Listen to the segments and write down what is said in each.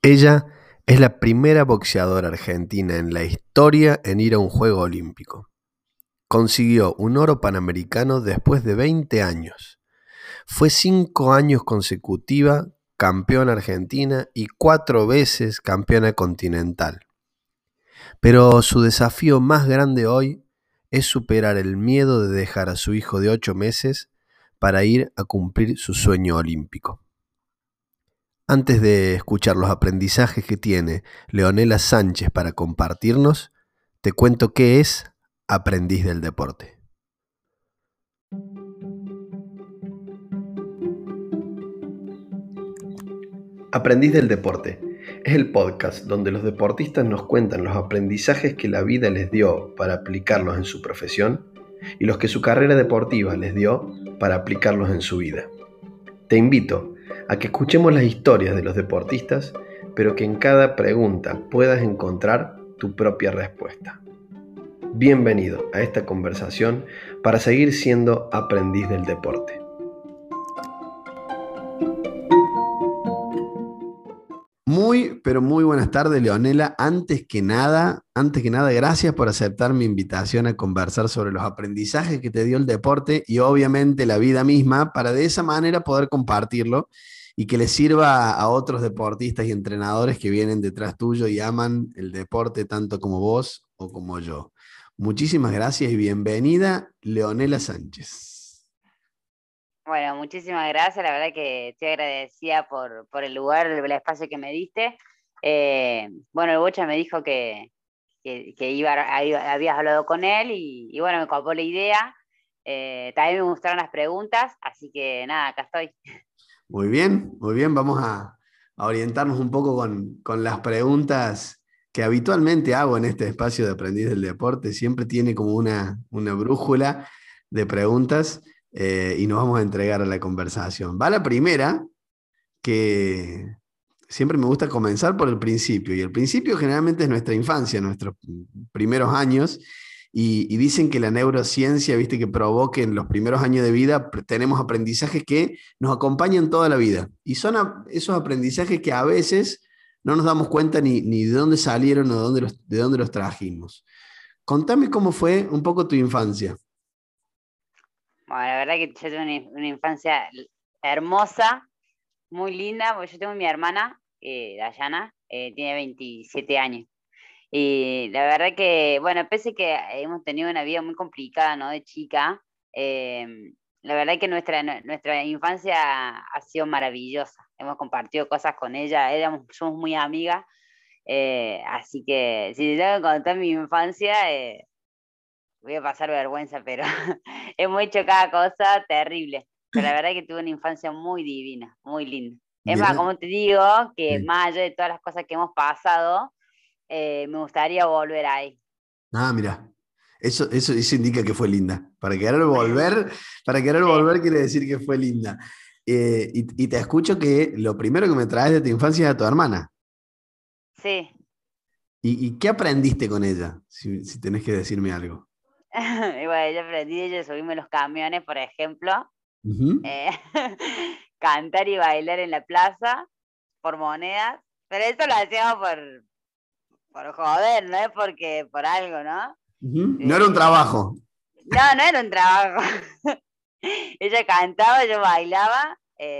Ella es la primera boxeadora argentina en la historia en ir a un Juego Olímpico. Consiguió un oro panamericano después de 20 años. Fue 5 años consecutiva campeona argentina y 4 veces campeona continental. Pero su desafío más grande hoy es superar el miedo de dejar a su hijo de 8 meses para ir a cumplir su sueño olímpico. Antes de escuchar los aprendizajes que tiene Leonela Sánchez para compartirnos, te cuento qué es Aprendiz del Deporte. Aprendiz del Deporte es el podcast donde los deportistas nos cuentan los aprendizajes que la vida les dio para aplicarlos en su profesión y los que su carrera deportiva les dio para aplicarlos en su vida. Te invito a que escuchemos las historias de los deportistas, pero que en cada pregunta puedas encontrar tu propia respuesta. Bienvenido a esta conversación para seguir siendo aprendiz del deporte. Pero muy buenas tardes, Leonela. Antes que nada, gracias por aceptar mi invitación a conversar sobre los aprendizajes que te dio el deporte y obviamente la vida misma, para de esa manera poder compartirlo y que le sirva a otros deportistas y entrenadores que vienen detrás tuyo y aman el deporte tanto como vos o como yo. Muchísimas gracias y bienvenida, Leonela Sánchez. Bueno, muchísimas gracias. La verdad que estoy agradecida por el lugar, el espacio que me diste. Bueno, el Bocha me dijo que habías hablado con él y bueno, me copó la idea. También me gustaron las preguntas, así que nada, acá estoy. Muy bien. Vamos a orientarnos un poco con las preguntas que habitualmente hago en este espacio de Aprendiz del Deporte. Siempre tiene como una brújula de preguntas y nos vamos a entregar a la conversación. Va la primera, que siempre me gusta comenzar por el principio, y el principio generalmente es nuestra infancia, nuestros primeros años, y dicen que la neurociencia, viste, que provoca en los primeros años de vida, tenemos aprendizajes que nos acompañan toda la vida, y son esos aprendizajes que a veces no nos damos cuenta ni de dónde salieron o de dónde los trajimos. Contame cómo fue un poco tu infancia. Bueno, la verdad que yo tuve una infancia hermosa, muy linda, porque yo tengo mi hermana, Dayana, tiene 27 años. Y la verdad que, bueno, pese que hemos tenido una vida muy complicada, ¿no? De chica, la verdad que nuestra infancia ha sido maravillosa. Hemos compartido cosas con ella, somos muy amigas. Así que si te tengo que contar mi infancia, voy a pasar vergüenza, pero hemos hecho cada cosa terrible. Pero la verdad que tuve una infancia muy divina, muy linda. Es más, Mirá. como te digo, que Sí. más allá de todas las cosas que hemos pasado, me gustaría volver ahí. Ah, mira. Eso indica que fue linda. Para querer Sí, volver quiere decir que fue linda. Y te escucho que lo primero que me traes de tu infancia es a tu hermana. sí. ¿Y qué aprendiste con ella? Si tenés que decirme algo. Y bueno, yo aprendí de ella a subirme a los camiones, por ejemplo, Ujú. eh, cantar y bailar en la plaza por monedas, pero eso lo hacíamos por joder, no es porque por algo, ¿no? Ujú. No era un Eh, trabajo. no, no era un trabajo. Ella cantaba, yo bailaba.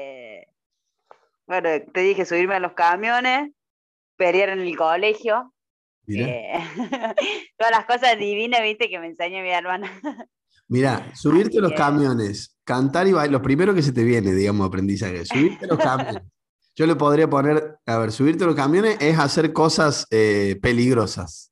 Bueno, te dije subirme a los camiones, pelear en el colegio. Mira. eh, Todas las cosas divinas, viste, que me enseñó mi hermana. Mira, subirte a Así los que camiones, cantar y bailar, lo primero que se te viene, digamos, aprendizaje, subirte a los camiones. Yo le podría poner, a ver, subirte a los camiones es hacer cosas peligrosas.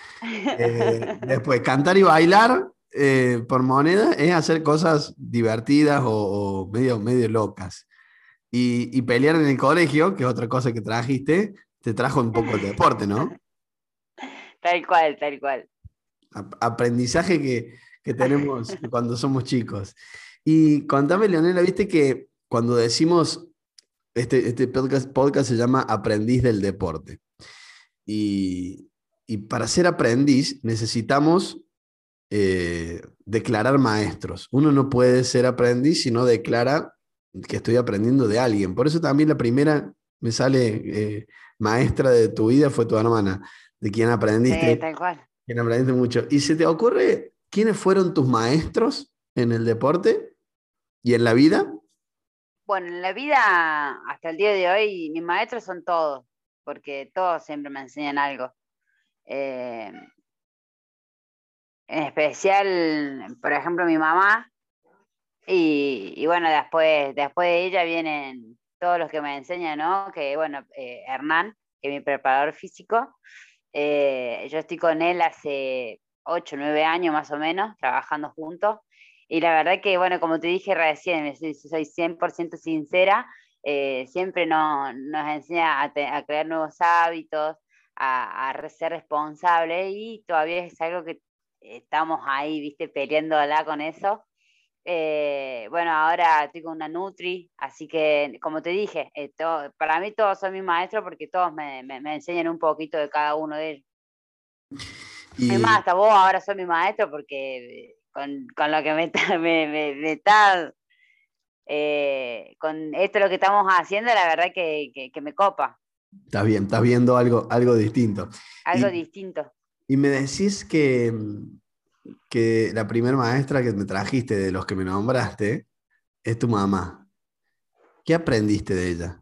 Después, cantar y bailar por moneda es hacer cosas divertidas o medio locas. Y pelear en el colegio, que es otra cosa que trajiste, te trajo un poco de deporte, ¿no? tal cual, tal cual. Aprendizaje que tenemos cuando somos chicos. Y contame, Leonela, viste que cuando decimos, este podcast se llama Aprendiz del Deporte. Y, y para ser aprendiz necesitamos declarar maestros. Uno no puede ser aprendiz si no declara que estoy aprendiendo de alguien. Por eso también la primera Me sale maestra de tu vida fue tu hermana, de Sí, tal cual. quien aprendiste mucho. ¿Y se te ocurre quiénes fueron tus maestros en el deporte y en la vida? Bueno, en la vida, hasta el día de hoy, mis maestros son todos, porque todos siempre me enseñan algo. Eh, en especial, por ejemplo, mi mamá, y bueno, después de ella vienen todos los que me enseñan, ¿no? Que bueno, Hernán, que es mi preparador físico, yo estoy con él hace 8 9 años más o menos, trabajando juntos. Y la verdad que, bueno, como te dije recién, soy 100% sincera, siempre nos enseña a crear nuevos hábitos, a ser responsable y todavía es algo que estamos ahí, viste, peleándola con eso. Bueno, ahora estoy con una Nutri, así que como te dije, para mí todos son mis maestros porque todos me enseñan un poquito de cada uno de ellos. Es más, Y hasta vos ahora sos mi maestro porque con lo que me está, con esto lo que estamos haciendo, la verdad que me copa, estás bien, estás viendo algo distinto. algo Y, distinto. y me decís que la primera maestra que me trajiste de los que me nombraste es tu mamá. ¿Qué aprendiste de ella?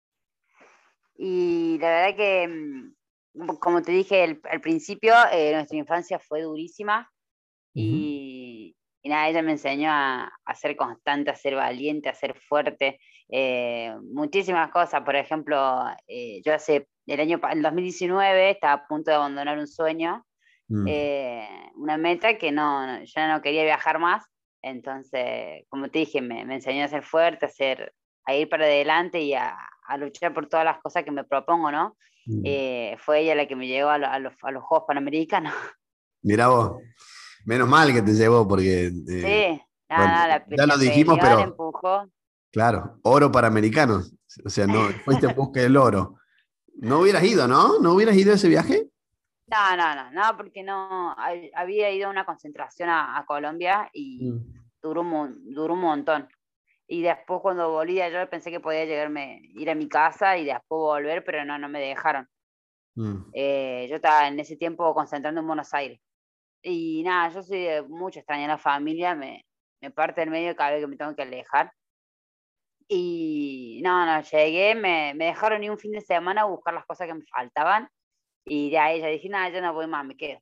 Y la verdad que, como te dije al principio, nuestra infancia fue durísima. Ujú. Y nada, ella me enseñó a ser constante, a ser valiente, a ser fuerte, muchísimas cosas. Por ejemplo, yo el 2019 estaba a punto de abandonar un sueño, Mm. una meta que yo no quería viajar más. Entonces, como te dije, me enseñó a ser fuerte, a ir para adelante y a luchar por todas las cosas que me propongo, ¿no? Mm. Fue ella la que me llevó a los Juegos Panamericanos. Mirá vos, menos mal que te llevó porque, Sí, bueno, nada, ya lo la dijimos, peleó, la pero empujó. claro, oro para americanos. O sea, no, fuiste en busca del oro. No hubieras ido, ¿no? ¿No hubieras ido a ese viaje? No, porque no, había ido a una concentración a Colombia y Mm. duró un montón. Y después cuando volví yo pensé que podía ir a mi casa y después volver, pero no me dejaron. Mm. Yo estaba en ese tiempo concentrando en Buenos Aires. Y nada, yo soy de mucho extrañar a la familia, me parte del medio cada vez que me tengo que alejar. Y no, llegué, me dejaron ir un fin de semana a buscar las cosas que me faltaban y de ahí ya dije, nada, yo no voy más, me quedo.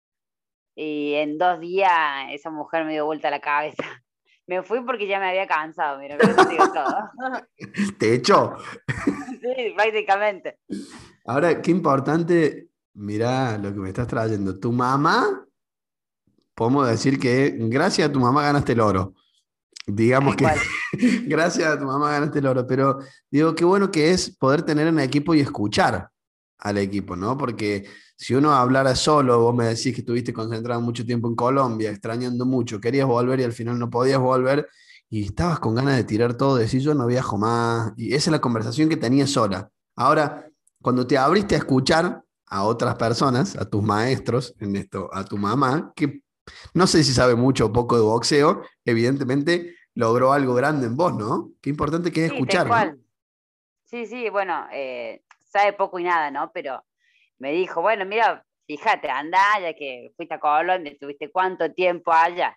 Y en 2 días esa mujer me dio vuelta la cabeza. Me fui porque ya me había cansado, mira, con eso te digo todo. Te echó. Sí, prácticamente. Ahora, qué importante, mirá lo que me estás trayendo. Tu mamá, podemos decir que gracias a tu mamá ganaste el oro. Digamos Tal que cual. gracias a tu mamá ganaste el oro, pero digo, qué bueno que es poder tener un equipo y escuchar al equipo, ¿no? Porque si uno hablara solo, vos me decís que estuviste concentrado mucho tiempo en Colombia, extrañando mucho, querías volver y al final no podías volver y estabas con ganas de tirar todo, decir yo no viajo más, y esa es la conversación que tenías sola. Ahora, cuando te abriste a escuchar a otras personas, a tus maestros, en esto, a tu mamá, que no sé si sabe mucho o poco de boxeo, evidentemente logró algo grande en vos, ¿no? Qué importante que es Sí, tal escuchar, ¿no? cual. Sí, sí, bueno, sabe poco y nada, ¿no? Pero me dijo, bueno, mira, fíjate, anda, ya que fuiste a Colombia, estuviste cuánto tiempo allá,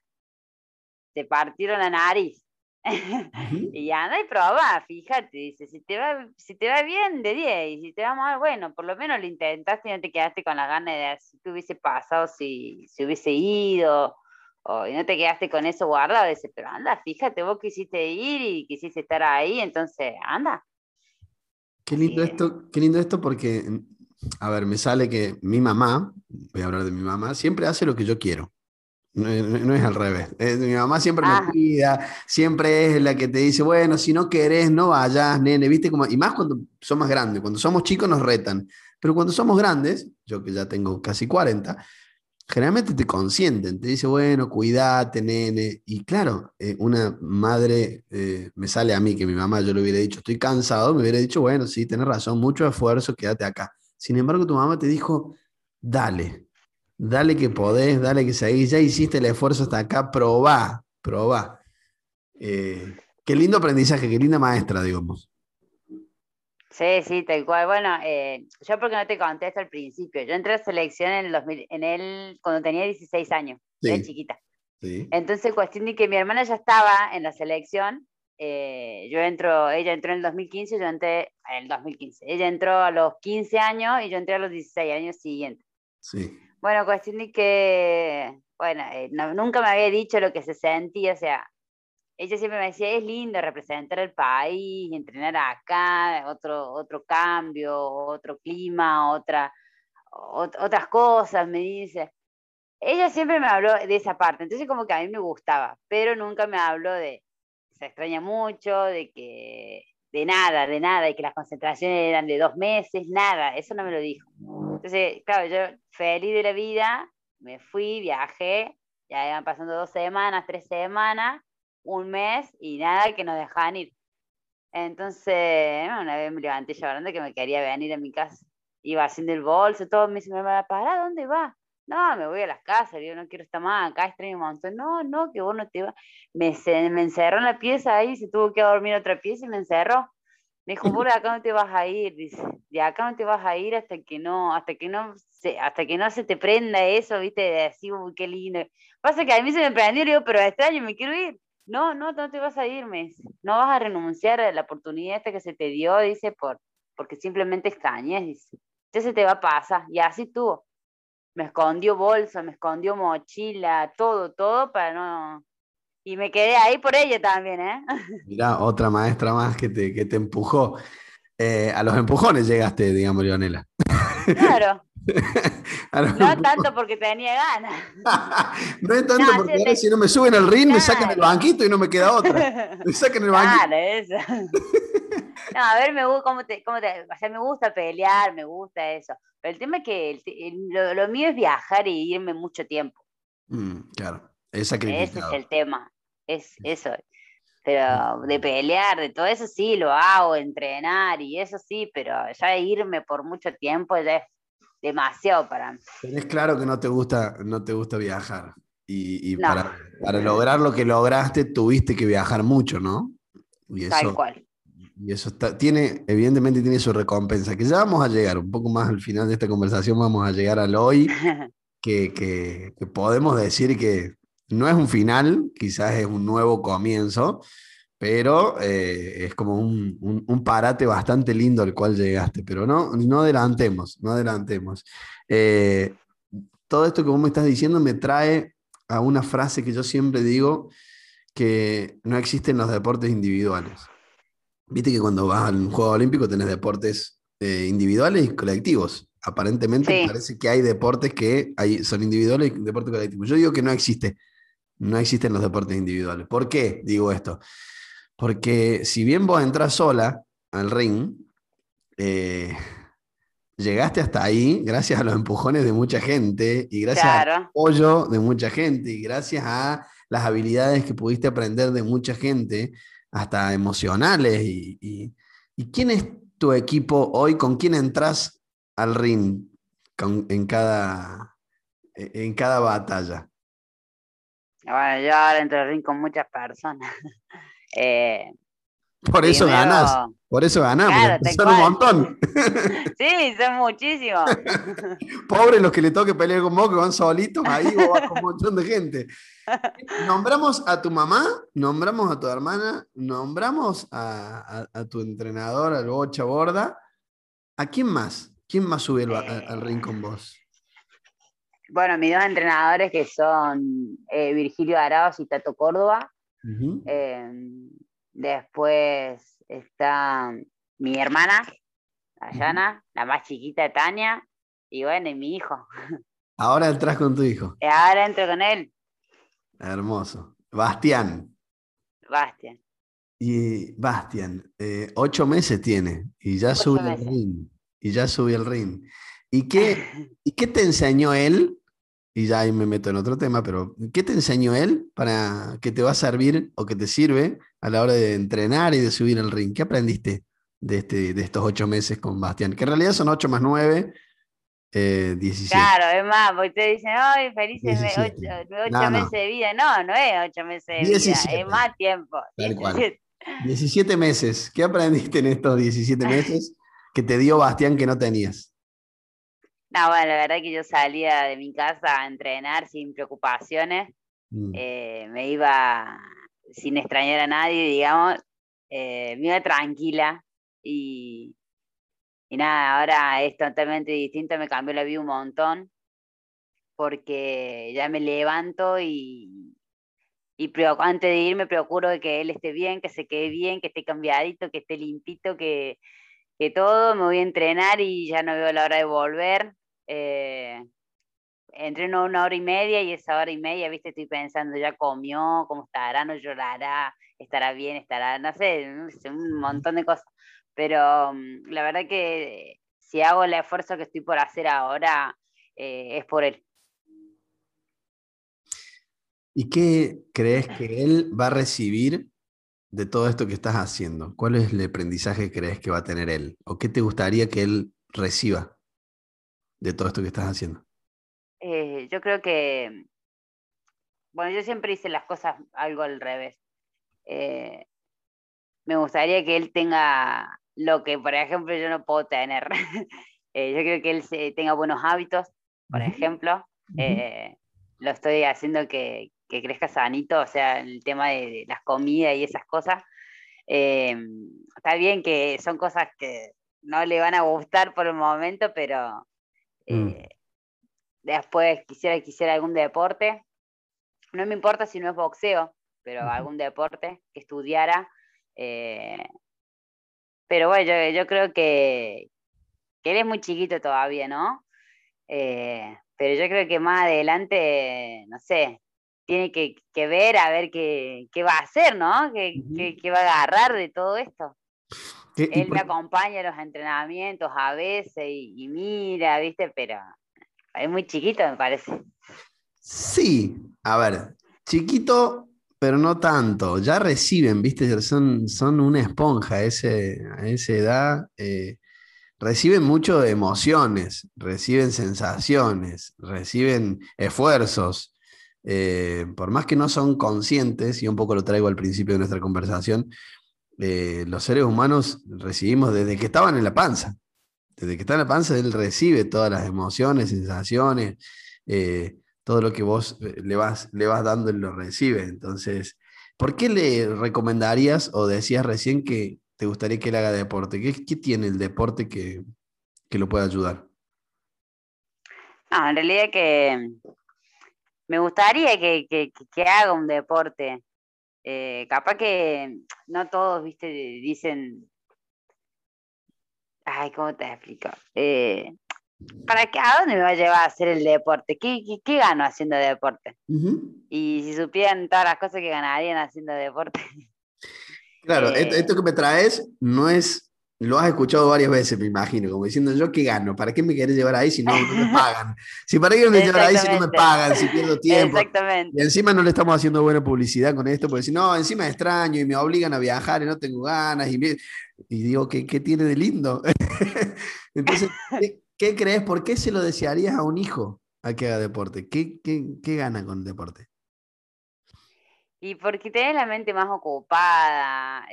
te partieron la nariz. Ujú. Y anda y probá, fíjate, dice, si te va bien, de 10 y si te va mal, bueno, por lo menos lo intentaste y no te quedaste con las ganas de si qué hubiese pasado si hubiese ido, y no te quedaste con eso guardado, dice, pero anda, fíjate, vos quisiste ir y quisiste estar ahí, entonces anda. Así que, Qué lindo esto porque, a ver, me sale que mi mamá, voy a hablar de mi mamá, siempre hace lo que yo quiero. No, no es al revés. Mi mamá siempre me ah, cuida, siempre es la que te dice, bueno, si no querés, no vayas, nene, ¿viste? Como, y más cuando son más grandes, cuando somos chicos nos retan, pero cuando somos grandes, yo que ya tengo casi 40, generalmente te consienten, te dice, bueno, cuídate, nene. Y claro, una madre, me sale a mí que mi mamá, yo le hubiera dicho, estoy cansado, me hubiera dicho, bueno, sí, tenés razón, mucho esfuerzo, quédate acá. Sin embargo, tu mamá te dijo, dale, dale que podés, dale que seguís, ya hiciste el esfuerzo hasta acá, probá, probá. Qué lindo aprendizaje, qué linda maestra, digamos. Sí, sí, tal cual. Bueno, yo porque no te contesto al principio. Yo entré a selección en el 2000, cuando tenía 16 años, era Sí, chiquita. sí, Entonces, cuestión de que mi hermana ya estaba en la selección. Ella entró en el 2015, yo entré en el 2015. Ella entró a los 15 años y yo entré a los 16 años siguientes. sí. Bueno, cuestión de que, bueno, nunca me había dicho lo que se sentía, o sea, ella siempre me decía, es lindo representar el país, entrenar acá, otro cambio, otro clima, otras cosas, me dice. Ella siempre me habló de esa parte, entonces como que a mí me gustaba, pero nunca me habló de, se extraña mucho, de nada, y que las concentraciones eran de 2 meses, nada, eso no me lo dijo. Entonces, claro, yo feliz de la vida, me fui, viajé, ya iban pasando 2 semanas, 3 semanas, un mes, y nada, que nos dejaban ir. Entonces, una vez me levanté llorando que me quería venir a mi casa. Iba haciendo el bolso, todo, me dice, mamá, ¿para dónde vas? No, me voy a las casas, yo no quiero estar más acá, extraño un montón. No, no, que vos no te vas. Me encerró en la pieza ahí, se tuvo que dormir en otra pieza y me encerró. Me dijo, vos de acá no te vas a ir, dice, de acá no te vas a ir hasta que no se te prenda eso, viste, de decir, uy, qué lindo. Pasa que a mí se me prendió y le digo, pero extraño, me quiero ir. No, no, no te vas a ir, me dice. No vas a renunciar a la oportunidad esta que se te dio, dice, porque simplemente extrañas, dice. Entonces te va a pasar. Y así tuvo. Me escondió bolsa, me escondió mochila, todo, todo para no. Y me quedé ahí por ella también, ¿eh? Mirá, otra maestra más que te empujó. A los empujones llegaste, digamos, Leonela. Claro, A los no empujones. tanto porque tenía ganas. No es No, tanto sí, porque ahora si no me suben al ring me sacan el claro. banquito y no me queda otra. Me sacan el banquito. Claro, eso. No, a ver, me gusta, o sea, me gusta pelear, me gusta eso. Pero el tema es que lo mío es viajar y irme mucho tiempo. Claro, es Ese es sacrificado. el tema, es eso. Pero de pelear, de todo eso sí lo hago, entrenar y eso sí, pero ya irme por mucho tiempo ya es demasiado para mí. Tenés claro que no te gusta viajar. Y No, para lograr lo que lograste, tuviste que viajar mucho, ¿no? Y tal eso, cual. y eso evidentemente tiene su recompensa, que ya vamos a llegar, un poco más al final de esta conversación, vamos a llegar al hoy, que podemos decir que no es un final, quizás es un nuevo comienzo, pero es como un parate bastante lindo al cual llegaste, pero no adelantemos, no adelantemos. Eh, Todo esto que vos me estás diciendo me trae a una frase que yo siempre digo, que no existen los deportes individuales. Viste que cuando vas al Juego Olímpico tenés deportes individuales y colectivos. Aparentemente Sí, parece que hay deportes que son individuales y deportes colectivos. Yo digo que no existen los deportes individuales. ¿Por qué digo esto? Porque si bien vos entras sola al ring, eh, llegaste hasta ahí gracias a los empujones de mucha gente y gracias al claro. apoyo de mucha gente y gracias a las habilidades que pudiste aprender de mucha gente, hasta emocionales. ¿Y quién es tu equipo hoy? ¿Con quién entras al ring en cada batalla? Bueno, yo ahora entro al ring con muchas personas. Eh, Por primero, eso ganás, porque claro, tal son un cual. montón. Sí, son muchísimos. Pobres los que le toque pelear con vos, que van solitos ahí, vos vas con un montón de gente. Nombramos a tu mamá, nombramos a tu hermana, nombramos a tu entrenador, al Bocha Borda. ¿A quién más? ¿Quién más sube al ring Eh, con vos? bueno, mis dos entrenadores que son Virgilio Arauz y Tato Córdoba. Ujú. Eh, Después está mi hermana, Ujú. Dayana, la más chiquita de Tania, y bueno, y mi hijo. Ahora entras con tu hijo. Y ahora entro con él, Hermoso. Bastián. Bastian. Y Bastián, 8 meses tiene y ya sube ocho al meses. ring. Y ya sube al ring. ¿Y y qué te enseñó él? Y ya ahí me meto en otro tema, pero ¿qué te enseñó él para que te va a servir o que te sirve a la hora de entrenar y de subir al ring? ¿Qué aprendiste de estos 8 meses con Bastián? Que en realidad son 8 más 9, 17. Claro, es más, porque ustedes dicen, ay, felices 17. ocho No, meses no. de vida. No, no es 8 meses de vida, es 17, más tiempo, tal cual. 17. 17 meses. ¿Qué aprendiste en estos 17 meses? que te dio Bastián que no tenías? No, bueno, la verdad que yo salía de mi casa a entrenar sin preocupaciones, Mm, me iba sin extrañar a nadie, digamos, me iba tranquila y, y nada, ahora es totalmente distinto, me cambió la vida un montón porque ya me levanto antes de ir me procuro de que él esté bien, que se quede bien, que esté cambiadito, que esté limpito, que todo, me voy a entrenar y ya no veo la hora de volver. Eh, Entreno 1 hora y media y esa hora y media, viste, estoy pensando, ya comió, cómo estará, no llorará, estará bien, estará, no sé, un ujú. montón de cosas. Pero la verdad que si hago el esfuerzo que estoy por hacer ahora, es por él. ¿Y qué crees que él va a recibir de todo esto que estás haciendo? ¿Cuál es el aprendizaje que crees que va a tener él? ¿O qué te gustaría que él reciba de todo esto que estás haciendo? Yo creo que, bueno, yo siempre hice las cosas algo al revés. Eh, Me gustaría que él tenga lo que, por ejemplo, yo no puedo tener. Yo creo que él tenga buenos hábitos, por Ujú, ejemplo. ujú, Lo estoy haciendo que crezca sanito, o sea, el tema de las comidas y esas cosas. Eh, Está bien que son cosas que no le van a gustar por el momento, pero mm, eh, después quisiera algún deporte. No me importa si no es boxeo, pero ujú. algún deporte que estudiara. eh, pero bueno, yo creo que él es muy chiquito todavía, ¿no? Pero yo creo que más adelante, no sé, tiene que ver a ver qué va a hacer, ¿no? Ujú. Qué va a agarrar de todo esto. Y Él me acompaña a los entrenamientos a veces y mira, ¿viste? Pero es muy chiquito, me parece. sí, a ver, chiquito, pero no tanto. Ya reciben, ¿viste? Son una esponja a esa edad. Reciben mucho de emociones, reciben sensaciones, reciben esfuerzos. Por más que no son conscientes, y un poco lo traigo al principio de nuestra conversación, los seres humanos recibimos desde que estaban en la panza. Desde que está en la panza, él recibe todas las emociones, sensaciones, todo lo que vos le vas dando, él lo recibe. Entonces, ¿por qué le recomendarías o decías recién que te gustaría que él haga deporte? ¿Qué tiene el deporte que lo pueda ayudar? No, en realidad que me gustaría que haga un deporte. Capaz que no todos, viste, dicen, ay, ¿cómo te explico? ¿Para qué? ¿A dónde me va a llevar a hacer el deporte? ¿Qué gano haciendo deporte? Ujú. Y si supieran todas las cosas que ganarían haciendo deporte. Claro, esto eh, que me traes no es, lo has escuchado varias veces, me imagino, como diciendo, ¿yo qué gano? ¿Para qué me querés llevar ahí si no me pagan? Si para qué me llevar ahí si no me Exactamente, pagan, si pierdo tiempo. Y exactamente. encima no le estamos haciendo buena publicidad con esto, porque si no, encima es extraño y me obligan a viajar y no tengo ganas. Y digo, ¿qué tiene de lindo? Entonces, ¿qué crees? ¿Por qué se lo desearías a un hijo a que haga deporte? ¿Qué gana con el deporte? Y porque tenés la mente más ocupada,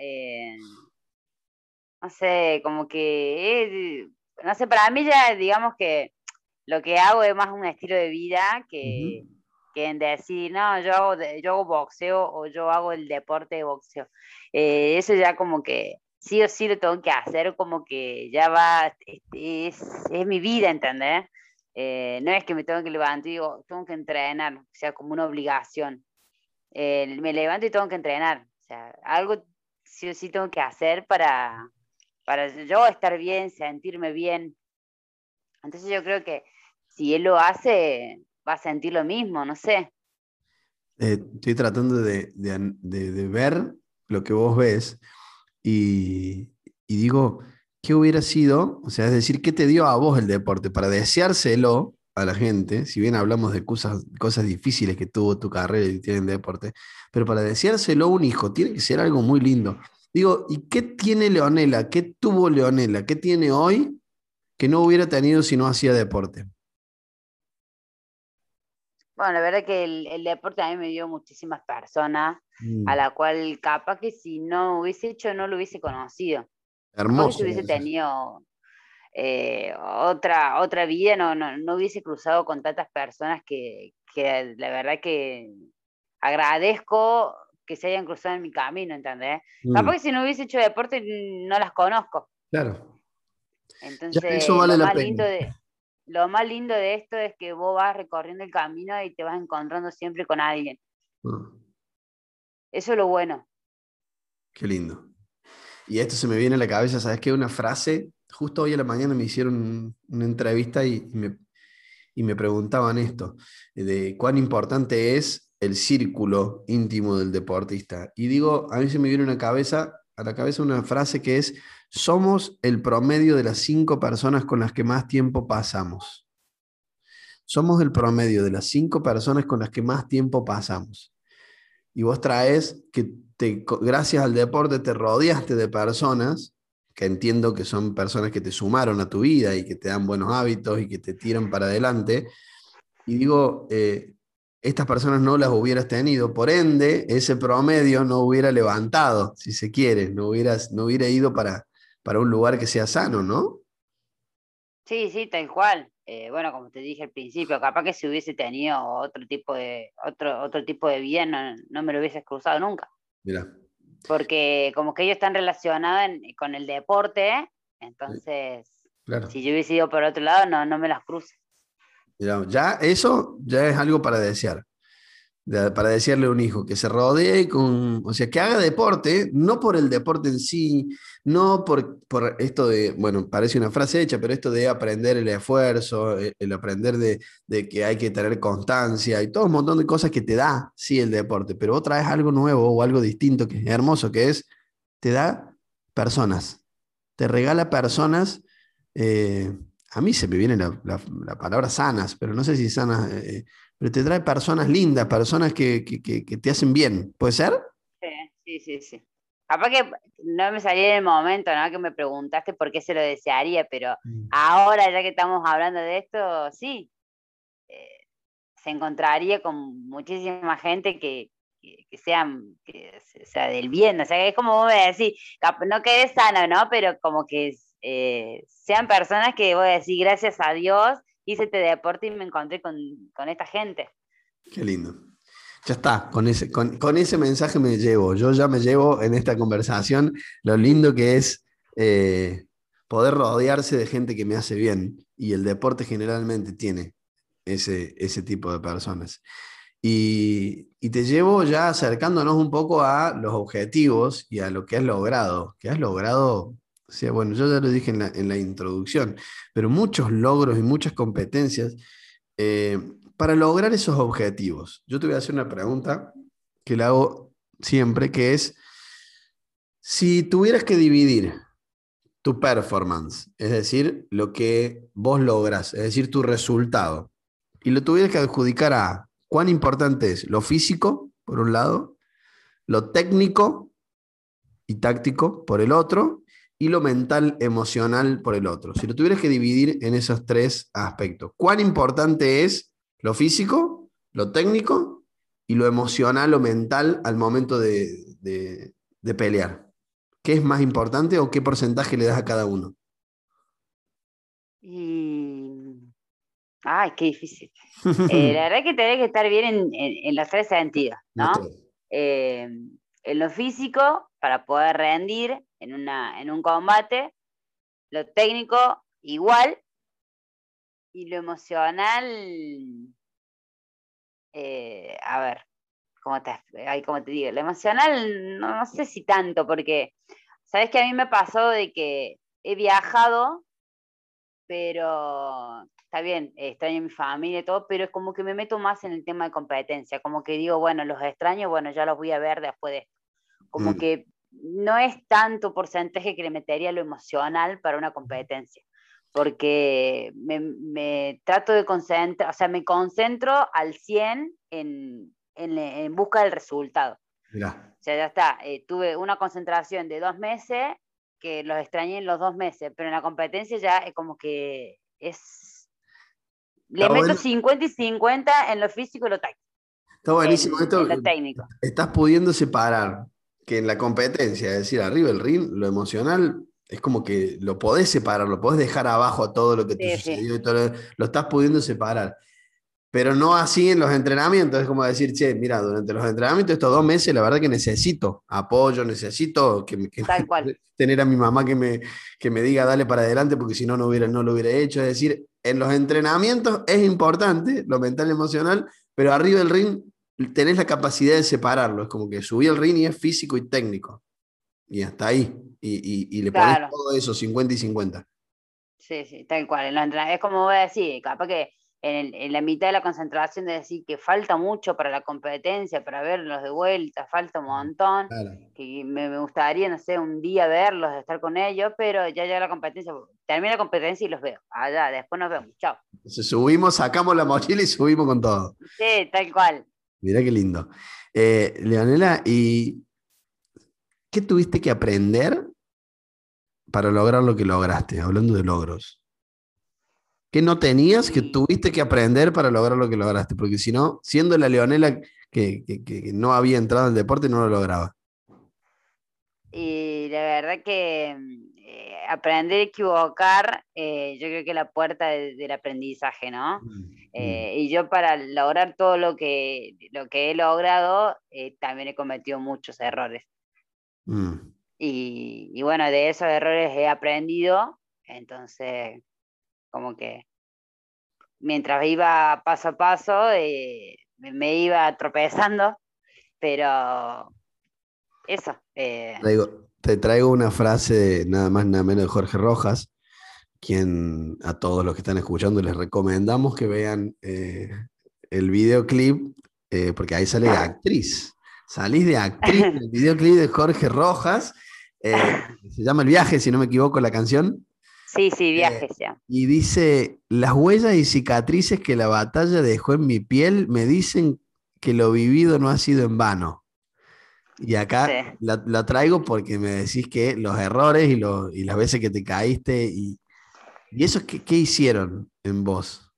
no sé, como que, no sé, para mí ya digamos que lo que hago es más un estilo de vida Ujú, que en decir, no, yo hago boxeo o yo hago el deporte de boxeo. Eso ya como que sí o sí lo tengo que hacer, como que ya va, es mi vida, ¿entendés? No es que me tengo que levantar y digo, tengo que entrenar, o sea, como una obligación. Me levanto y tengo que entrenar, o sea, algo sí o sí tengo que hacer para yo estar bien, sentirme bien. Entonces yo creo que si él lo hace, va a sentir lo mismo, no sé. estoy tratando de ver lo que vos ves y digo, ¿qué hubiera sido? O sea, es decir, ¿qué te dio a vos el deporte para deseárselo a la gente? Si bien hablamos de cosas difíciles que tuvo tu carrera y tiene el deporte, pero para deseárselo a un hijo tiene que ser algo muy lindo. Digo, ¿y qué tiene Leonela? ¿Qué tuvo Leonela? ¿Qué tiene hoy que no hubiera tenido si no hacía deporte? Bueno, la verdad que el deporte a mí me dio muchísimas personas a Mm, la cual capaz que si no hubiese hecho no lo hubiese conocido. Capaz que si hermoso hubiese eso. tenido, otra vida no hubiese cruzado con tantas personas que la verdad que agradezco que se hayan cruzado en mi camino, ¿entendés? Capaz Mm, que si no hubiese hecho deporte no las conozco. claro, ya eso Entonces, vale la pena. lo más lindo de esto es que vos vas recorriendo el camino y te vas encontrando siempre con alguien. Mm, Eso es lo bueno. qué lindo. Y esto se me viene a la cabeza, ¿sabes qué? Una frase, justo hoy a la mañana me hicieron una entrevista y me preguntaban esto, de cuán importante es el círculo íntimo del deportista. Y digo, a mí se me viene a la cabeza una frase que es, somos el promedio de las 5 personas con las que más tiempo pasamos. Somos el promedio de las 5 personas con las que más tiempo pasamos. Y vos traes que gracias al deporte te rodeaste de personas que entiendo que son personas que te sumaron a tu vida y que te dan buenos hábitos y que te tiran para adelante. Y digo, estas personas no las hubieras tenido, por ende, ese promedio no hubiera levantado, si se quiere, no hubiera ido para un lugar que sea sano, ¿no? Sí, sí, tal cual. Bueno, como te dije al principio, capaz que si hubiese tenido otro tipo de vida, no me lo hubieses cruzado nunca. Mira, Porque como que ellos están relacionados con el deporte, entonces, claro. si yo hubiese ido por otro lado, no me las cruzo. Mira, ya eso ya es algo para desear. Para decirle a un hijo que se rodee con, o sea, que haga deporte, no por el deporte en sí, no por esto de, bueno, parece una frase hecha, pero esto de aprender el esfuerzo, el aprender de que hay que tener constancia y todo un montón de cosas que te da, sí, el deporte, pero otra es algo nuevo o algo distinto, que es hermoso, que es, te da personas, te regala personas, eh, a mí se me viene la palabra sanas, pero no sé si sanas, pero te trae personas lindas, personas que te hacen bien. ¿Puede ser? Sí, sí, sí, sí. Capaz que no me salía en el momento, ¿no? Que me preguntaste por qué se lo desearía, pero Mm. ahora, ya que estamos hablando de esto, sí, eh, se encontraría con muchísima gente que sea del bien, o sea, es como vos me decís, no quede sano, ¿no? Pero como que sean personas que voy a decir, gracias a Dios, hice este deporte y me encontré con esta gente. Qué lindo. Ya está, con ese mensaje me llevo. Yo ya me llevo en esta conversación lo lindo que es poder rodearse de gente que me hace bien. Y el deporte generalmente tiene ese tipo de personas. Y te llevo ya acercándonos un poco a los objetivos y a lo que has logrado. Que has logrado, o sea, bueno, yo ya lo dije en la introducción, pero muchos logros y muchas competencias eh, para lograr esos objetivos. Yo te voy a hacer una pregunta que la hago siempre, que es, si tuvieras que dividir tu performance, es decir, lo que vos logras, es decir, tu resultado, y lo tuvieras que adjudicar a cuán importante es lo físico, por un lado, lo técnico y táctico, por el otro, y lo mental, emocional, por el otro. Si lo tuvieras que dividir en esos 3 aspectos, ¿cuán importante es lo físico, lo técnico y lo emocional o mental al momento de pelear? ¿Qué es más importante o qué porcentaje le das a cada uno? Y, ay, qué difícil. La verdad que tenés que estar bien en los tres sentidos, Los ¿no? tres. Eh, en lo físico, para poder rendir en un combate, lo técnico igual, y lo emocional, a ver, cómo te digo, lo emocional no sé si tanto, porque sabes que a mí me pasó de que he viajado, pero está bien, extraño a mi familia y todo, pero es como que me meto más en el tema de competencia, como que digo, bueno, los extraño, bueno, ya los voy a ver después de esto. Como Mm. que no es tanto porcentaje que le metería lo emocional para una competencia, porque me trato de concentrar, o sea, me concentro al 100 en busca del resultado. Mirá. O sea, ya está, tuve una concentración de 2 meses que los extrañé en los 2 meses, pero en la competencia ya es como que le Está meto bueno. 50 y 50 en lo físico y lo táctico, Está buenísimo esto. en lo técnico. Estás pudiendo separar que en la competencia, es decir, arriba del ring, lo emocional es como que lo podés separar, lo podés dejar abajo todo lo que te Sí, sí, sucedió y todo lo estás pudiendo separar. Pero no así en los entrenamientos, es como decir, che, mira, durante los entrenamientos estos 2 meses, la verdad que necesito apoyo, necesito tal cual. tener a mi mamá que me diga dale para adelante, porque si no, no lo hubiera hecho. Es decir, en los entrenamientos es importante lo mental y emocional, pero arriba del ring tenés la capacidad de separarlo. Es como que subí el ring y es físico y técnico. Y hasta ahí. Y le pones Claro, todo eso, 50 y 50. sí, sí, tal cual. Es como voy a decir, capaz que en la mitad de la concentración de decir que falta mucho para la competencia, para verlos de vuelta, falta un montón, Claro. que me gustaría, no sé, un día verlos, estar con ellos, pero ya llega la competencia, termina la competencia y los veo. Allá, después nos vemos. Chao. Entonces subimos, sacamos la mochila y subimos con todo. Sí, tal cual. Mirá qué lindo. Leonela, ¿y qué tuviste que aprender para lograr lo que lograste? Hablando de logros. ¿Qué no tenías que Y, tuviste que aprender para lograr lo que lograste? Porque si no, siendo la Leonela que no había entrado al deporte, no lo lograba. y la verdad que aprender a equivocar, yo creo que es la puerta del aprendizaje, ¿no? Mm, mm, Y yo para lograr todo lo que he logrado, también he cometido muchos errores. mm. Y bueno, de esos errores he aprendido, entonces como que mientras iba paso a paso, me iba tropezando, pero eso. Te traigo una frase nada más nada menos de Jorge Rojas, quien a todos los que están escuchando les recomendamos que vean el videoclip, porque ahí sale de actriz. Salís de actriz en el videoclip de Jorge Rojas, se llama El viaje, si no me equivoco, la canción, Sí, sí, eh, viajes ya. y dice, las huellas y cicatrices que la batalla dejó en mi piel me dicen que lo vivido no ha sido en vano. Y Sí. acá la traigo porque me decís que los errores y las veces que te caíste y eso, ¿qué hicieron en vos?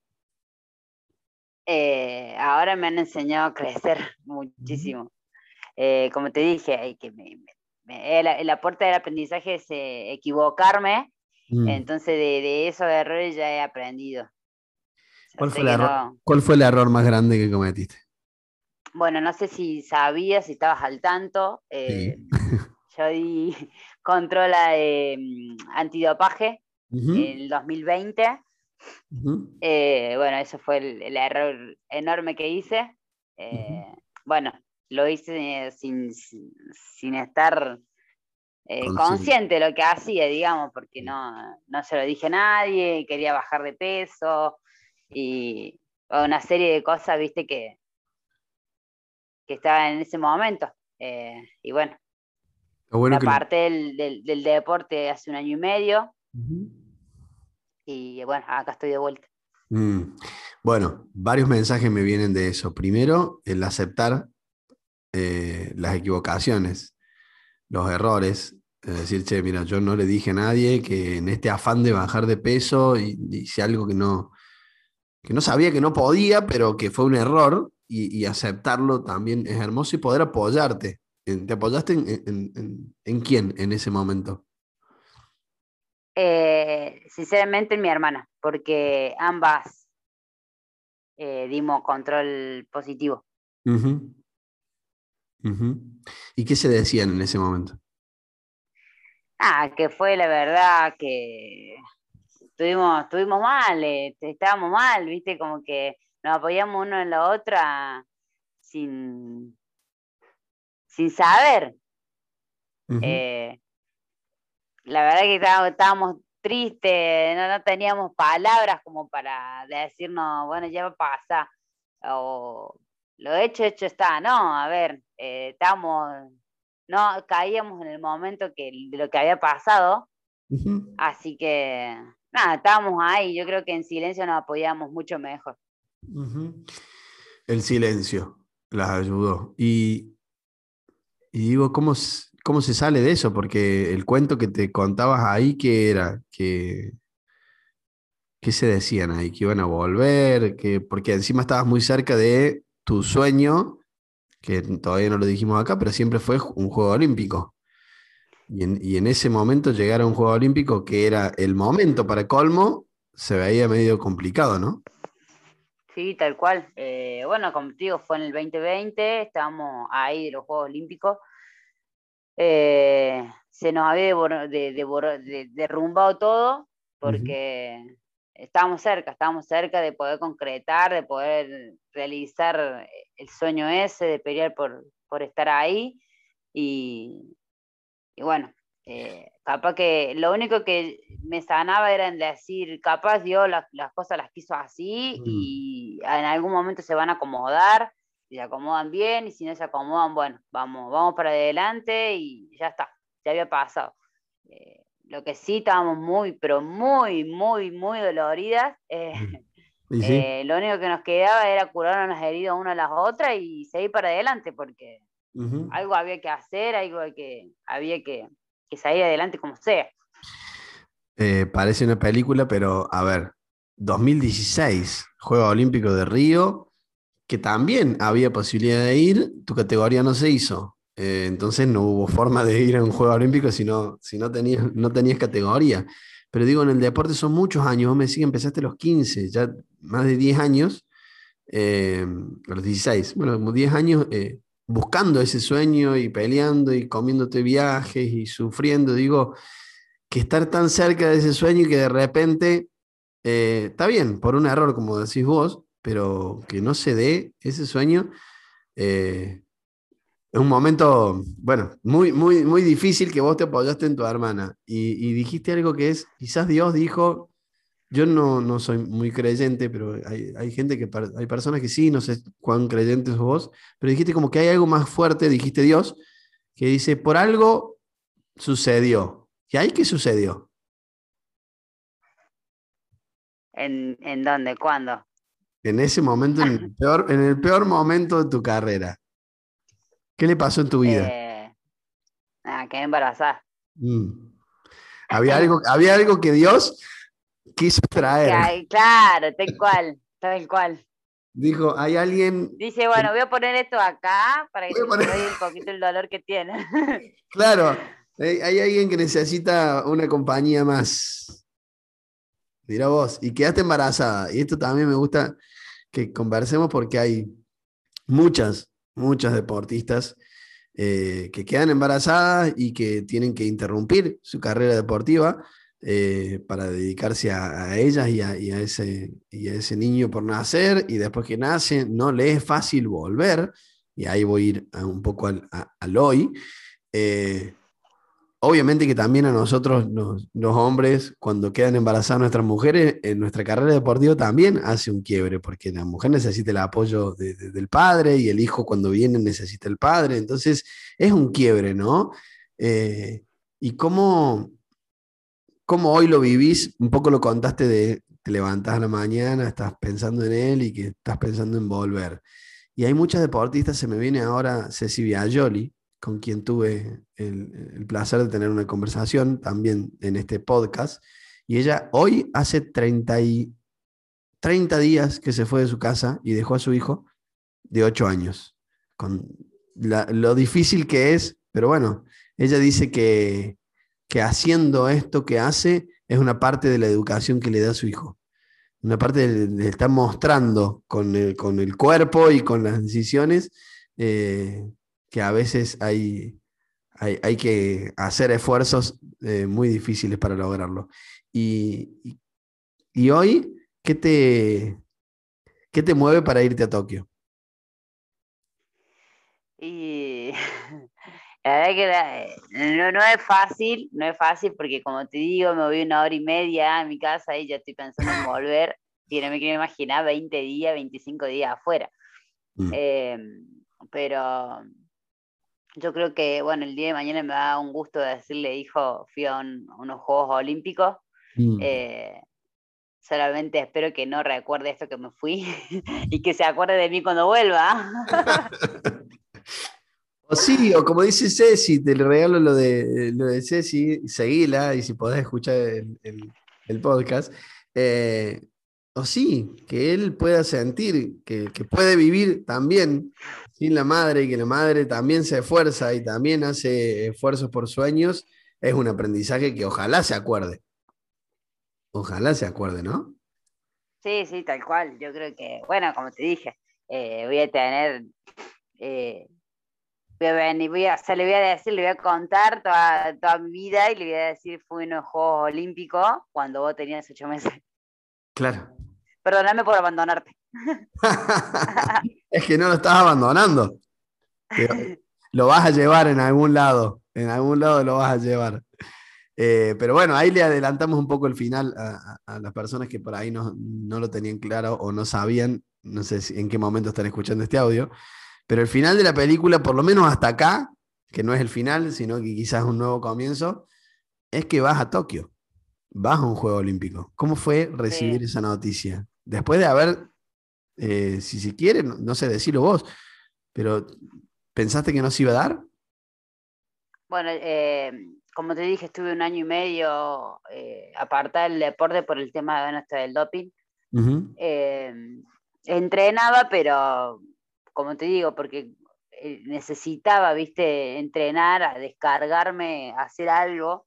Ahora me han enseñado a crecer Ujú. muchísimo. Como te dije, el aporte del aprendizaje es equivocarme, Mm. entonces de esos errores ya he aprendido. O sea, ¿Cuál fue sé el que error? no, ¿Cuál fue el error más grande que cometiste? bueno, no sé si sabías, si estabas al tanto, Sí. yo di controla de antidopaje Ujú, en el 2020. ujú, Bueno, eso fue el error enorme que hice. ujú. Eh, bueno, lo hice sin estar Consciente. consciente de lo que hacía, digamos, porque Sí. no se lo dije a nadie, quería bajar de peso y una serie de cosas, viste, que estaban en ese momento. Y bueno, Lo bueno me que lo... aparté del deporte hace un año y medio Ujú. y bueno, acá estoy de vuelta. Mm. Bueno, varios mensajes me vienen de eso. Primero, el aceptar las equivocaciones, los errores. Es decir, che, mira, yo no le dije a nadie que en este afán de bajar de peso hice algo que no sabía que no podía, pero que fue un error y aceptarlo también es hermoso y poder apoyarte. ¿Te apoyaste en quién en ese momento? Sinceramente en mi hermana, porque ambas dimos control positivo. Ujú, ujú. ¿Y qué se decían en ese momento? Ah, que fue la verdad que estuvimos mal, estábamos mal, viste, como que nos apoyamos uno en la otra sin, sin saber. Ujú, Eh, la verdad que estábamos tristes, no teníamos palabras como para decirnos, bueno, ya va a pasar, o lo hecho está, no, a ver, no caíamos en el momento de lo que había pasado, ujú, así que nada, estábamos ahí, yo creo que en silencio nos apoyamos mucho mejor. ujú. El silencio las ayudó. Y digo, cómo se sale de eso? Porque el cuento que te contabas ahí, ¿qué era? ¿Qué se decían ahí? ¿Que iban a volver? Porque encima estabas muy cerca de tu sueño, que todavía no lo dijimos acá, pero siempre fue un juego olímpico. Y en ese momento llegar a un Juego Olímpico que era el momento para colmo, se veía medio complicado, ¿no? Sí, tal cual. Bueno, como te digo, fue en el 2020, estábamos ahí de los Juegos Olímpicos. Se nos había derrumbado todo Ujú. porque estábamos cerca de poder concretar, de poder realizar el sueño ese, de pelear por estar ahí. Y, y bueno, capaz que lo único que me sanaba era en decir, capaz Dios las cosas las quiso así Mm. y en algún momento se van a acomodar, y se acomodan bien, y si no se acomodan, bueno, vamos para adelante y ya está, ya había pasado. Lo que sí estábamos muy, pero muy, muy, muy doloridas. Y sí. Lo único que nos quedaba era curarnos las heridas una a las otras y seguir para adelante, porque Ujú. algo había que hacer, había que salir adelante como sea. Parece una película, pero a ver, 2016, Juegos Olímpicos de Río, que también había posibilidad de ir, tu categoría no se hizo. Entonces no hubo forma de ir a un Juego Olímpico si no tenías, no tenías categoría. Pero digo, en el deporte son muchos años, vos me decís que empezaste a los 15, ya más de 10 años, a los 16, bueno, como 10 años buscando ese sueño y peleando y comiéndote viajes y sufriendo, digo, que estar tan cerca de ese sueño y que de repente, está bien, por un error, como decís vos, pero que no se dé ese sueño, eh, es un momento, bueno, muy, muy, muy difícil que vos te apoyaste en tu hermana y dijiste algo que es, quizás Dios dijo, yo no soy muy creyente, pero hay gente hay personas que sí, no sé cuán creyentes sos vos, pero dijiste como que hay algo más fuerte, dijiste Dios, que dice, por algo sucedió. ¿Y ahí qué sucedió? ¿En dónde? ¿Cuándo? En ese momento, en el peor momento de tu carrera. ¿Qué le pasó en tu vida? Eh, Quedé embarazada. Mm. Había algo que Dios quiso traer. Claro, tal cual, tal cual. Dijo, hay alguien Dice, que... bueno, voy a poner esto acá para que voy a se te poner- vaya un poquito el dolor que tiene. Claro, hay alguien que necesita una compañía más. Mira vos, y quedaste embarazada. Y esto también me gusta que conversemos porque hay muchas deportistas que quedan embarazadas y que tienen que interrumpir su carrera deportiva para dedicarse a ellas y a ese niño por nacer, y después que nace no le es fácil volver, y ahí voy a ir un poco al hoy. Eh, Obviamente que también a nosotros, los hombres, cuando quedan embarazadas nuestras mujeres, en nuestra carrera deportiva también hace un quiebre, porque la mujer necesita el apoyo del padre y el hijo cuando viene necesita el padre. Entonces es un quiebre, ¿no? Eh, ¿Y cómo hoy lo vivís? Un poco lo contaste de te levantás a la mañana, estás pensando en él y que estás pensando en volver. Y hay muchas deportistas, se me viene ahora Ceci Biagioli, con quien tuve el placer de tener una conversación también en este podcast. Y ella hoy hace 30 días que se fue de su casa y dejó a su hijo de 8 años, con lo difícil que es, pero bueno, ella dice que haciendo esto que hace es una parte de la educación que le da a su hijo, una parte de estar mostrando con el cuerpo y con las decisiones que a veces hay que hacer esfuerzos muy difíciles para lograrlo. Y hoy, qué te mueve para irte a Tokio? Y la verdad que no es fácil, no es fácil porque como te digo, me voy una hora y media a mi casa y ya estoy pensando en volver. Y no me quiero imaginar 20 días, 25 días afuera. Mm, Eh, pero yo creo que, bueno, el día de mañana me da un gusto de decirle, hijo, fui a unos Juegos Olímpicos. mm. Eh, Solamente espero que no recuerde esto que me fui y que se acuerde de mí cuando vuelva. O sí, o como dice Ceci, te le regalo lo de Ceci, seguila y si podés escuchar el podcast. Eh, o sí, que él pueda sentir que puede vivir también sin la madre y que la madre también se esfuerza y también hace esfuerzos por sueños es un aprendizaje que ojalá se acuerde. Ojalá se acuerde, ¿no? Sí, sí, tal cual. Yo creo que, bueno, como te dije, voy a tener, eh, voy a venir, o sea, le voy a decir, le voy a contar toda mi vida y le voy a decir, fui en los Juegos Olímpicos cuando vos tenías 8 meses. Claro. Perdóname por abandonarte. Es que no lo estás abandonando. Te- lo vas a llevar en algún lado lo vas a llevar. Pero bueno, ahí le adelantamos un poco el final a las personas que por ahí no lo tenían claro o no sabían, no sé en qué momento están escuchando este audio, pero el final de la película, por lo menos hasta acá, que no es el final, sino que quizás es un nuevo comienzo, es que vas a Tokio, vas a un Juego Olímpico. ¿Cómo fue recibir Sí. esa noticia? Después de haber, si se quiere, no sé, decirlo vos, pero ¿pensaste que no se iba a dar? Bueno, como te dije, estuve un año y medio apartada del deporte por el tema bueno, esto del doping. Ujú, Eh, Entrenaba, pero como te digo, porque necesitaba, viste, entrenar, a descargarme, a hacer algo,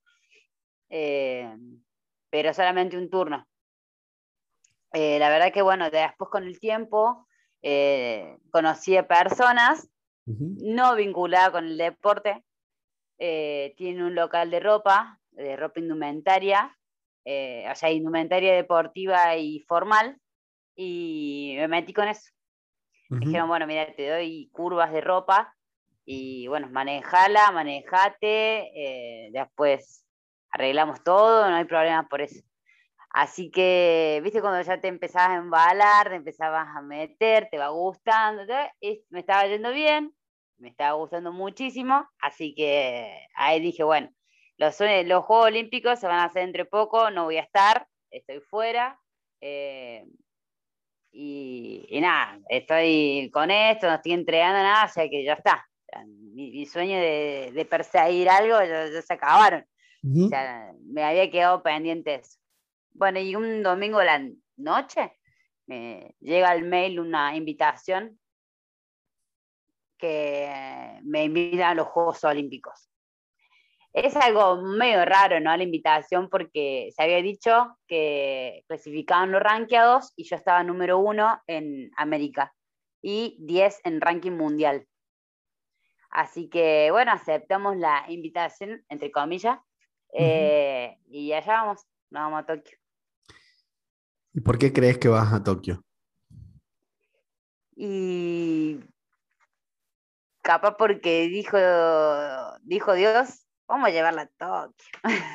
eh, pero solamente un turno. La verdad que bueno, después con el tiempo conocí a personas ujú, no vinculadas con el deporte. Tiene un local de ropa indumentaria, o sea, indumentaria deportiva y formal, y me metí con eso. Me ujú. dijeron, bueno, mira, te doy curvas de ropa y bueno, manejala, manejate, después arreglamos todo, no hay problema por eso. Así que, viste, cuando ya te empezabas a embalar, te empezabas a meter, te va gustando, y me estaba yendo bien, me estaba gustando muchísimo, así que ahí dije, bueno, los Juegos Olímpicos se van a hacer entre poco, no voy a estar, estoy fuera, eh, y nada, estoy con esto, no estoy entregando nada, o sea que ya está. Mi sueño de perseguir algo ya se acabaron. O Ujú. sea, me había quedado pendiente eso. Bueno, y un domingo de la noche me llega al mail una invitación que me invitan a los Juegos Olímpicos. Es algo medio raro, ¿no? La invitación porque se había dicho que clasificaban los rankeados y yo estaba número 1 en América y 10 en ranking mundial. Así que, bueno, aceptamos la invitación, entre comillas, Ujú. y allá vamos, nos vamos a Tokio. ¿Y por qué crees que vas a Tokio? Y capaz porque dijo Dios, vamos a llevarla a Tokio.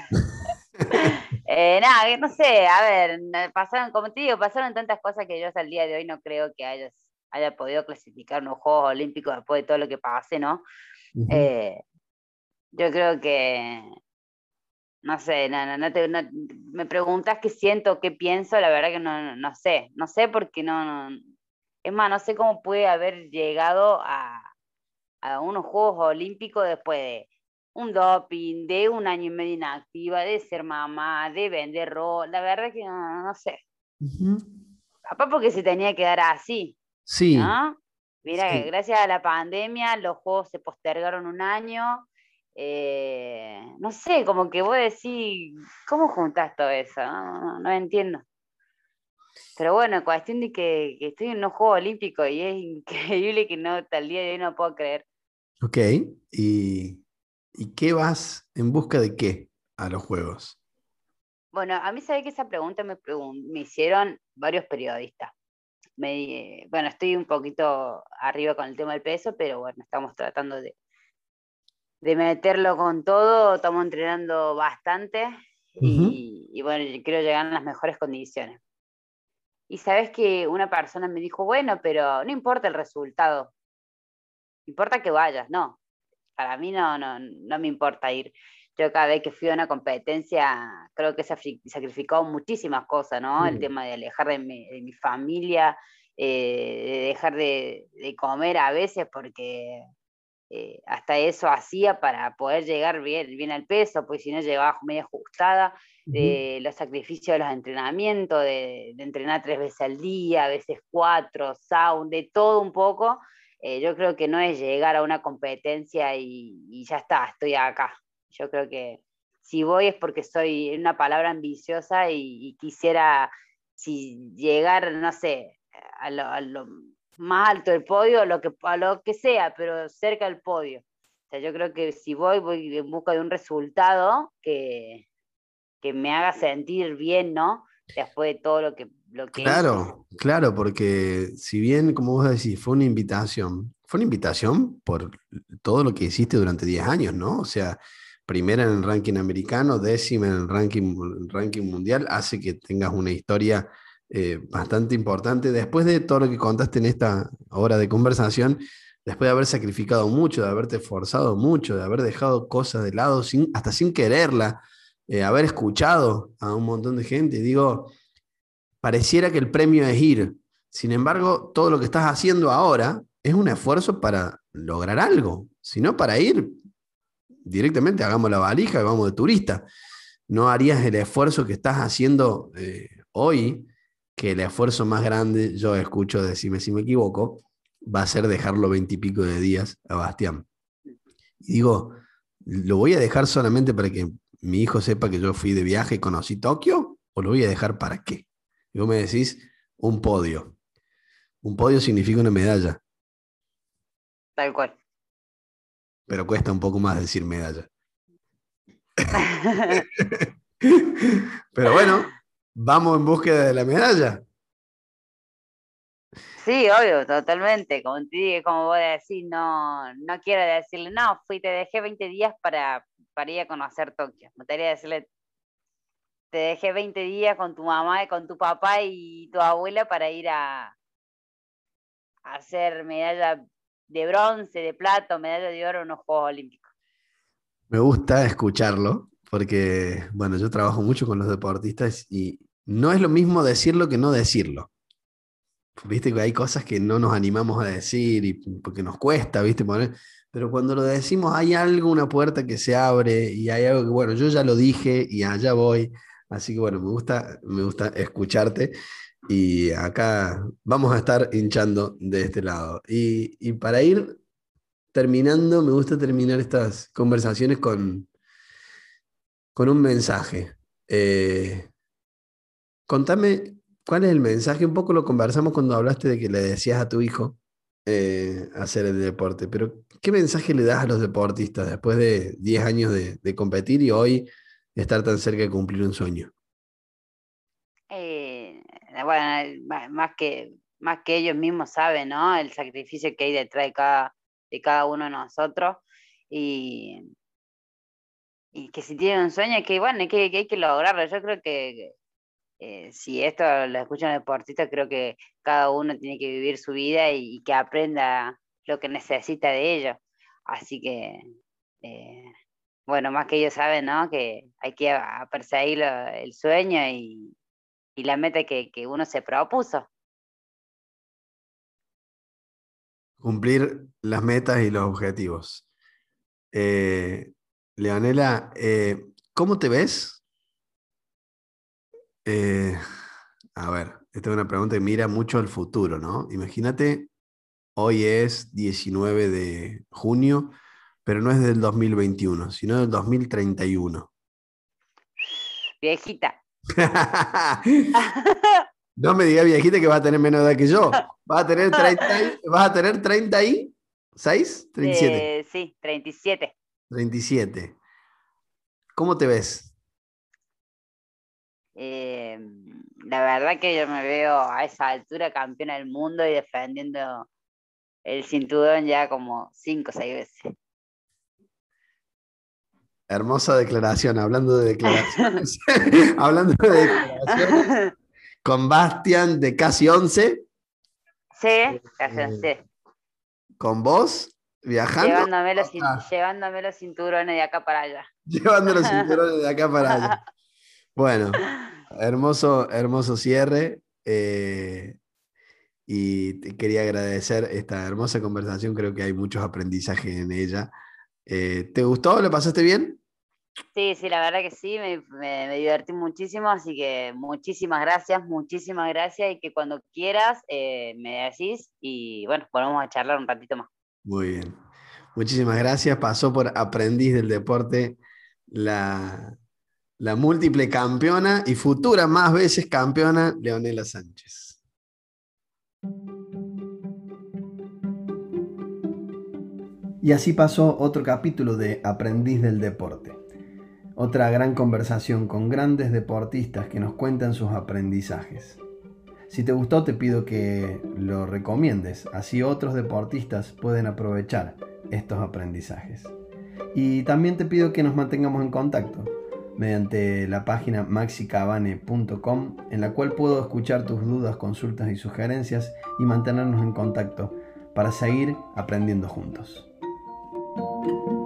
Nada, no sé, a ver, pasaron, como te digo, pasaron tantas cosas que yo hasta el día de hoy no creo que haya podido clasificar unos Juegos Olímpicos después de todo lo que pasé, ¿no? Ujú. Eh, yo creo que, no sé, me preguntas qué siento, qué pienso, la verdad que no sé, no sé porque es más, no sé cómo puede haber llegado a unos Juegos Olímpicos después de un doping, de un año y medio inactiva, de ser mamá, de vender ropa, la verdad que no sé. Ujú. Capaz porque se tenía que dar así, Sí, ¿no? Mira, sí. gracias a la pandemia los juegos se postergaron un año. No sé, como que vos decís, ¿cómo juntás todo eso? No entiendo. Pero bueno, cuestión de que estoy en unos Juegos Olímpicos y es increíble que no, hasta el día de hoy no puedo creer. Ok. ¿Y, y qué vas en busca de qué a los juegos? Bueno, a mí sabe que esa pregunta me hicieron varios periodistas. Bueno, estoy un poquito arriba con el tema del peso, pero bueno, estamos tratando de meterlo con todo, estamos entrenando bastante Ujú. y bueno, yo quiero llegar en las mejores condiciones. Y sabes que una persona me dijo, bueno, pero no importa el resultado, importa que vayas, no, para mí no me importa ir. Yo cada vez que fui a una competencia, creo que sacrificó muchísimas cosas, ¿no? El Mm. tema de alejar de mi familia, de dejar de comer a veces porque hasta eso hacía para poder llegar bien al peso, pues si no llegaba medio ajustada, Ujú. los sacrificios de los entrenamientos, de entrenar 3 veces al día, a veces cuatro, sound, de todo un poco. Yo creo que no es llegar a una competencia y ya está, estoy acá. Yo creo que si voy es porque soy una palabra ambiciosa y quisiera si llegar, no sé, a lo más alto del podio, a lo que sea, pero cerca del podio. O sea, yo creo que si voy en busca de un resultado que me haga sentir bien, ¿no? Después de todo lo que hice. Claro, claro, porque si bien, como vos decís, fue una invitación por todo lo que hiciste durante 10 años, ¿no? O sea, primera en el ranking americano, décima en el ranking mundial, hace que tengas una historia bastante importante. Después de todo lo que contaste en esta hora de conversación, después de haber sacrificado mucho, de haberte esforzado mucho, de haber dejado cosas de lado hasta sin quererla, haber escuchado a un montón de gente, digo pareciera que el premio es ir. Sin embargo, todo lo que estás haciendo ahora es un esfuerzo para lograr algo, sino para ir directamente, hagamos la valija y vamos de turista. No harías el esfuerzo que estás haciendo hoy, que el esfuerzo más grande, yo escucho, decime si me equivoco, va a ser dejarlo 20 y pico de días a Bastián. Y digo, ¿lo voy a dejar solamente para que mi hijo sepa que yo fui de viaje y conocí Tokio? ¿O lo voy a dejar para qué? Y vos me decís, un podio. Un podio significa una medalla, Tal cual. pero cuesta un poco más decir medalla. Pero bueno, vamos en búsqueda de la medalla. Sí, obvio, totalmente. Como te dije, como vos decís, no quiero decirle, no, te dejé 20 días para ir a conocer Tokio. Me gustaría decirle, te dejé 20 días con tu mamá, con tu papá y tu abuela para ir a hacer medalla de bronce, de plata, o medalla de oro en los Juegos Olímpicos. Me gusta escucharlo porque, bueno, yo trabajo mucho con los deportistas y no es lo mismo decirlo que no decirlo. Viste que hay cosas que no nos animamos a decir y porque nos cuesta, viste, poner, pero cuando lo decimos hay algo, una puerta que se abre y hay algo que, bueno, yo ya lo dije y allá voy, así que bueno, me gusta escucharte y acá vamos a estar hinchando de este lado. Y para ir terminando, me gusta terminar estas conversaciones con un mensaje. Eh, Contame, ¿cuál es el mensaje? Un poco lo conversamos cuando hablaste de que le decías a tu hijo hacer el deporte, pero ¿qué mensaje le das a los deportistas después de 10 años de competir y hoy estar tan cerca de cumplir un sueño? Eh, bueno, más que ellos mismos saben, ¿no? El sacrificio que hay detrás de cada uno de nosotros. Y, y que si tienen un sueño, que bueno, que hay que lograrlo. Yo creo que si esto lo escuchan los deportistas, creo que cada uno tiene que vivir su vida y que aprenda lo que necesita de ellos. Así que, eh, bueno, más que ellos saben, ¿no? Que hay que perseguir el sueño y la meta que uno se propuso. Cumplir las metas y los objetivos. Eh, Leonela, ¿cómo te ves? Eh, a ver, esta es una pregunta que mira mucho al futuro, ¿no? Imagínate, hoy es 19 de junio, pero no es del 2021, sino del 2031. Viejita. No me digas, viejita, que vas a tener menos edad que yo. Vas a tener 36, 37, Sí, 37. 37. ¿Cómo te ves? Eh, la verdad que yo me veo a esa altura campeona del mundo y defendiendo el cinturón ya como 5 o 6 veces. Hermosa declaración, hablando de declaraciones. Hablando de declaraciones, con Bastian de casi 11, Sí, eh, sí. con vos, viajando, Llevándome los cinturones de acá para allá. llevando los cinturones de acá para allá. Bueno, hermoso, hermoso cierre. Y te quería agradecer esta hermosa conversación. Creo que hay muchos aprendizajes en ella. ¿Te gustó? ¿Lo pasaste bien? Sí, sí, la verdad que sí, me divertí muchísimo, así que muchísimas gracias y que cuando quieras me decís y bueno, volvemos a charlar un ratito más. Muy bien. Muchísimas gracias. Pasó por Aprendiz del Deporte la la múltiple campeona y futura más veces campeona Leonela Sánchez. Y así pasó otro capítulo de Aprendiz del Deporte. Otra gran conversación con grandes deportistas que nos cuentan sus aprendizajes. Si te gustó, te pido que lo recomiendes, así otros deportistas pueden aprovechar estos aprendizajes. Y también te pido que nos mantengamos en contacto mediante la página maxicabane.com, en la cual puedo escuchar tus dudas, consultas y sugerencias y mantenernos en contacto para seguir aprendiendo juntos.